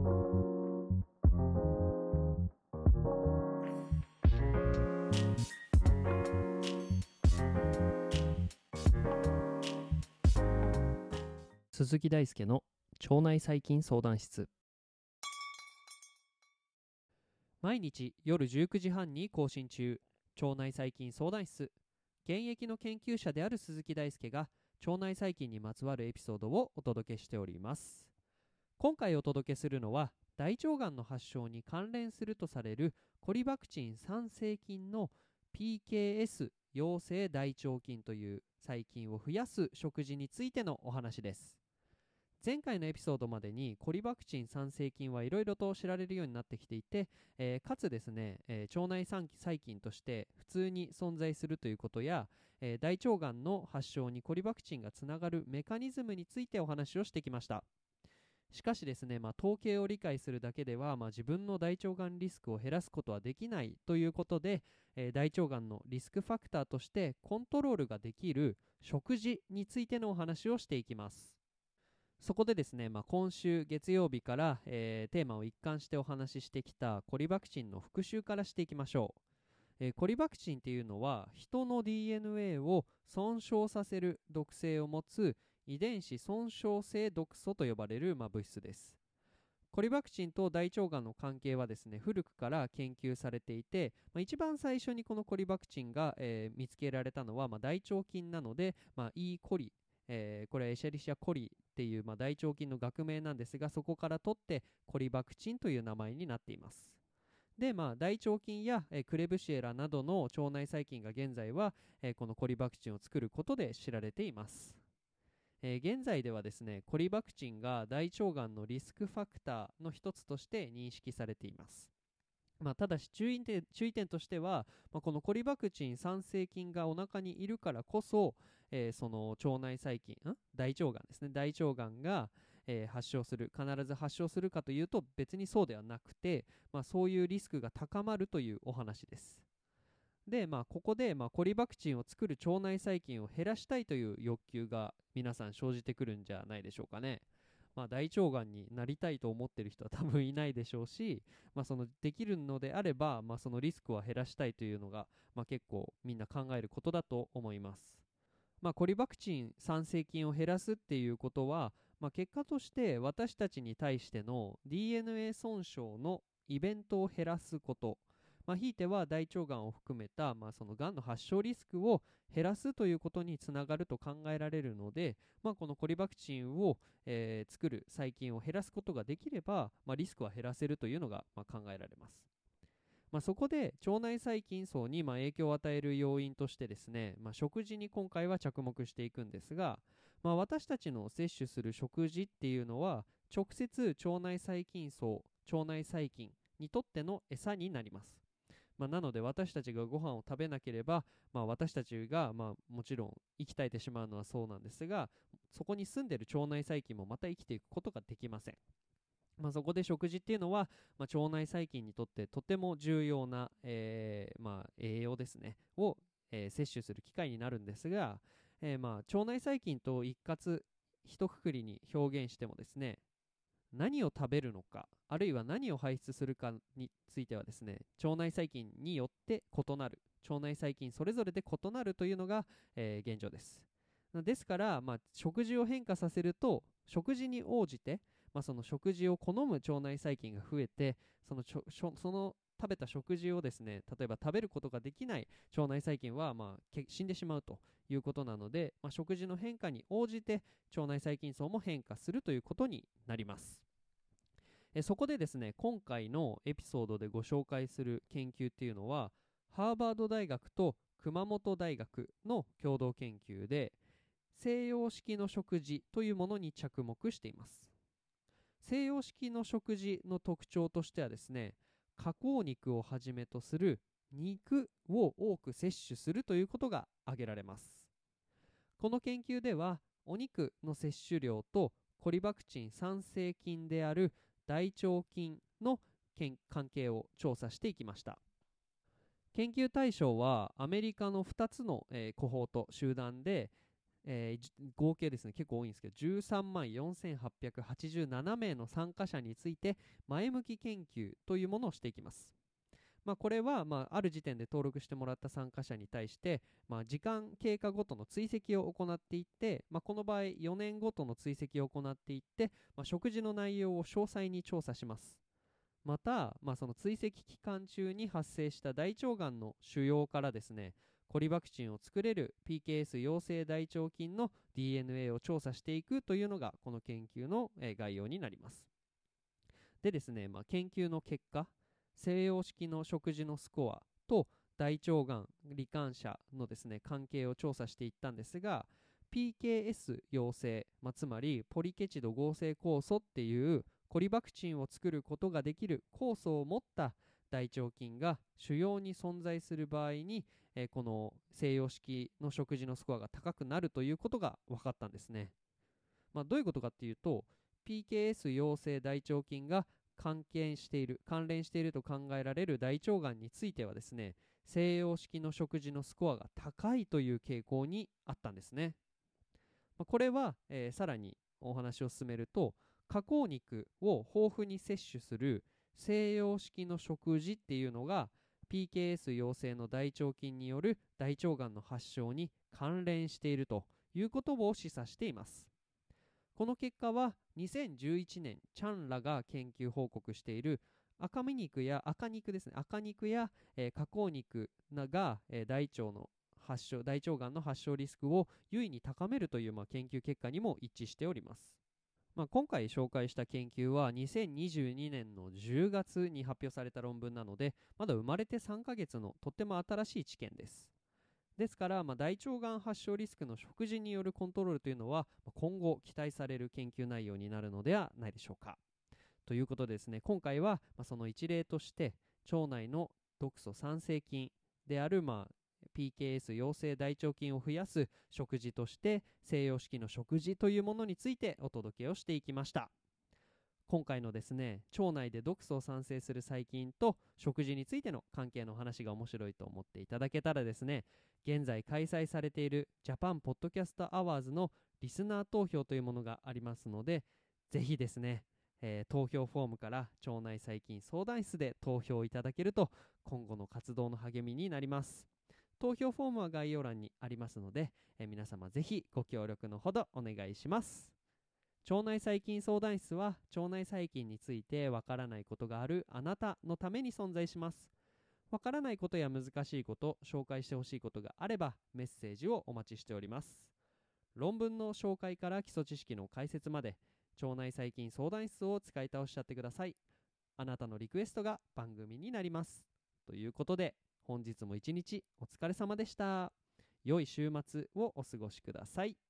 鈴木大輔の腸内細菌相談室。毎日夜19時半に更新中、腸内細菌相談室。現役の研究者である鈴木大輔が腸内細菌にまつわるエピソードをお届けしております。今回お届けするのは、大腸がんの発症に関連するとされるコリバクチン酸性菌の PKS 陽性大腸菌という細菌を増やす食事についてのお話です。前回のエピソードまでにコリバクチン酸性菌はいろいろと知られるようになってきていて、かつですね、腸内細菌として普通に存在するということや、大腸がんの発症にコリバクチンがつながるメカニズムについてお話をしてきました。しかしですね、統計を理解するだけでは、自分の大腸がんリスクを減らすことはできないということで、大腸がんのリスクファクターとしてコントロールができる食事についてのお話をしていきます。そこでですね、今週月曜日から、テーマを一貫してお話ししてきたコリバクチンの復習からしていきましょう。コリバクチンっていうのは人の DNA を損傷させる毒性を持つ遺伝子損傷性毒素と呼ばれる物質です。コリバクチンと大腸がんの関係はですね、古くから研究されていて、一番最初にこのコリバクチンが、見つけられたのは、大腸菌なので、E. コリ、これはエシャリシアコリっていう、大腸菌の学名なんですが、そこから取ってコリバクチンという名前になっています。で、大腸菌や、クレブシエラなどの腸内細菌が現在は、このコリバクチンを作ることで知られています。現在ではですね、コリバクチンが大腸がんのリスクファクターの一つとして認識されています。ただし注意点としては、このコリバクチン酸性菌がお腹にいるからこそ、その腸内細菌、大腸がんですね、大腸がんが、必ず発症するかというと別にそうではなくて、そういうリスクが高まるというお話です。で、ここで、コリバクチンを作る腸内細菌を減らしたいという欲求が皆さん生じてくるんじゃないでしょうかね。大腸がんになりたいと思っている人は多分いないでしょうし、できるのであれば、そのリスクは減らしたいというのが、結構みんな考えることだと思います。コリバクチン酸性菌を減らすっていうことは、結果として私たちに対しての DNA 損傷のイベントを減らすこと、ひいては大腸がんを含めた、そのがんの発症リスクを減らすということにつながると考えられるので、このコリバクチンを、作る細菌を減らすことができれば、リスクは減らせるというのが、考えられます。そこで腸内細菌層に影響を与える要因としてですね、食事に今回は着目していくんですが、私たちの摂取する食事っていうのは直接腸内細菌層、腸内細菌にとっての餌になります。なので私たちがご飯を食べなければ、私たちが、もちろん生き絶えてしまうのはそうなんですが、そこに住んでいる腸内細菌もまた生きていくことができません。そこで食事っていうのは、腸内細菌にとってとても重要な、栄養ですねを、摂取する機会になるんですが、腸内細菌と一括一括りに表現してもですね、何を食べるのか、あるいは何を排出するかについてはですね、腸内細菌によって異なる、腸内細菌それぞれで異なるというのが、現状です。ですから、食事を変化させると、食事に応じて、その食事を好む腸内細菌が増えて、その食べた食事をですね、例えば食べることができない腸内細菌は、死んでしまうということなので、食事の変化に応じて腸内細菌層も変化するということになります。そこでですね、今回のエピソードでご紹介する研究っていうのは、ハーバード大学と熊本大学の共同研究で、西洋式の食事というものに着目しています。西洋式の食事の特徴としてはですね、加工肉をはじめとする肉を多く摂取するということが挙げられます。この研究では、お肉の摂取量とコリバクチン酸性菌である大腸菌の関係を調査していきました。研究対象はアメリカの2つの、コホート集団で、 合計ですね、結構多いんですけど、13万4887名の参加者について前向き研究というものをしていきます。これは、ある時点で登録してもらった参加者に対して、時間経過ごとの追跡を行っていって、この場合4年ごとの追跡を行っていって、食事の内容を詳細に調査します。また、その追跡期間中に発生した大腸がんの腫瘍からですね、コリバクチンを作れる PKS 陽性大腸菌の DNA を調査していくというのがこの研究の概要になります。でですね、研究の結果、西洋式の食事のスコアと大腸がん罹患者のですね関係を調査していったんですが、 PKS 陽性、つまりポリケチド合成酵素っていうコリバクチンを作ることができる酵素を持った大腸菌が腫瘍に存在する場合に、この西洋式の食事のスコアが高くなるということが分かったんですね。どういうことかっていうと、 PKS 陽性大腸菌が関連していると考えられる大腸がんについてはですね、西洋式の食事のスコアが高いという傾向にあったんですね。これは、さらにお話を進めると、加工肉を豊富に摂取する西洋式の食事っていうのが PKS 陽性の大腸菌による大腸がんの発症に関連しているということを示唆しています。この結果は2011年チャンらが研究報告している赤肉や、加工肉が、大腸がんの発症リスクを優位に高めるという、研究結果にも一致しております。今回紹介した研究は2022年の10月に発表された論文なので、まだ生まれて3ヶ月のとっても新しい知見です。ですから、大腸がん発症リスクの食事によるコントロールというのは、今後期待される研究内容になるのではないでしょうか。ということでですね、今回は、その一例として腸内の毒素産生菌である、PKS 陽性大腸菌を増やす食事として西洋式の食事というものについてお届けをしていきました。今回のですね、腸内で毒素を産生する細菌と食事についての関係の話が面白いと思っていただけたらですね、現在開催されているジャパンポッドキャストアワーズのリスナー投票というものがありますので、ぜひですね、投票フォームから腸内細菌相談室で投票いただけると今後の活動の励みになります。投票フォームは概要欄にありますので、皆様ぜひご協力のほどお願いします。腸内細菌相談室は腸内細菌についてわからないことがあるあなたのために存在します。わからないことや難しいこと、紹介してほしいことがあればメッセージをお待ちしております。論文の紹介から基礎知識の解説まで、腸内細菌相談室を使い倒しちゃってください。あなたのリクエストが番組になります。ということで、本日も一日お疲れ様でした。良い週末をお過ごしください。